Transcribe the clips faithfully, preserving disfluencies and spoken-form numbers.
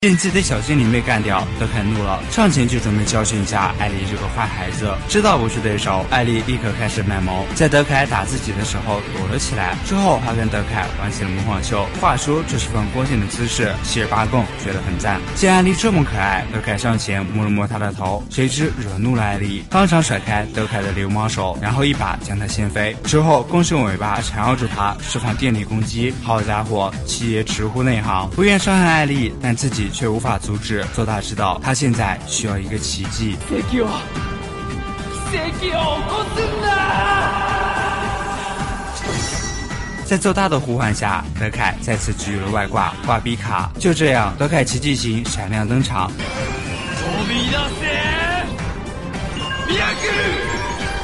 见自己的小精灵被干掉，德凯怒了，上前就准备教训一下艾丽这个坏孩子。知道不是对手，艾丽立刻开始卖萌，在德凯打自己的时候躲了起来，之后还跟德凯玩起了模仿秀。话说这是份光鲜的姿势，七十八供，觉得很赞。见艾丽这么可爱，德凯上前摸了摸她的头，谁知惹怒了艾丽，当场甩开德凯的流氓手，然后一把将他掀飞，之后弓用尾巴缠绕住他，释放电力攻击。好家伙，七爷直呼内行，不愿伤害艾丽，但自己却无法阻止。做大知道，他现在需要一个奇迹。 奇跡を奇跡を起こすんだ！ 在奏大的呼唤下，德凯再次治愈了外挂挂逼卡。就这样，德凯奇迹型闪亮登场。 飛び出せ！ミラクル！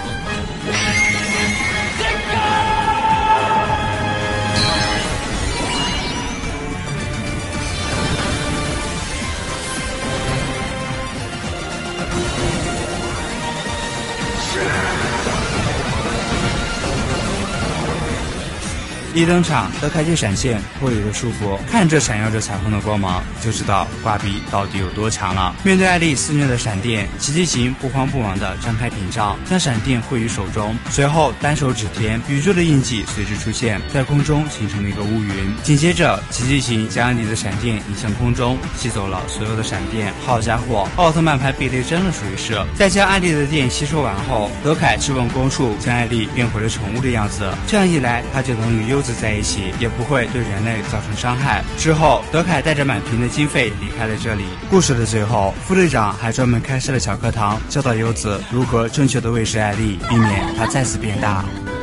一登场，德凯就闪现，脱离了束缚，看着闪耀着彩虹的光芒，就知道挂逼到底有多强了。面对艾丽肆虐的闪电，奇迹型不慌不忙地张开屏障，将闪电挥于手中，随后单手指天，宇宙的印记随之出现，在空中形成了一个乌云。紧接着，奇迹型将艾丽的闪电引向空中，吸走了所有的闪电。好家伙，奥特曼牌避雷针了属于是。在将艾丽的电吸收完后，德凯质问攻术，将艾丽变回了宠物的样子，这样一来，他就能与优子在一起，也不会对人类造成伤害。之后，德凯带着满屏的经费离开了这里。故事的最后，副队长还专门开设了小课堂，教导优子如何正确的喂食艾丽，避免她再次变大。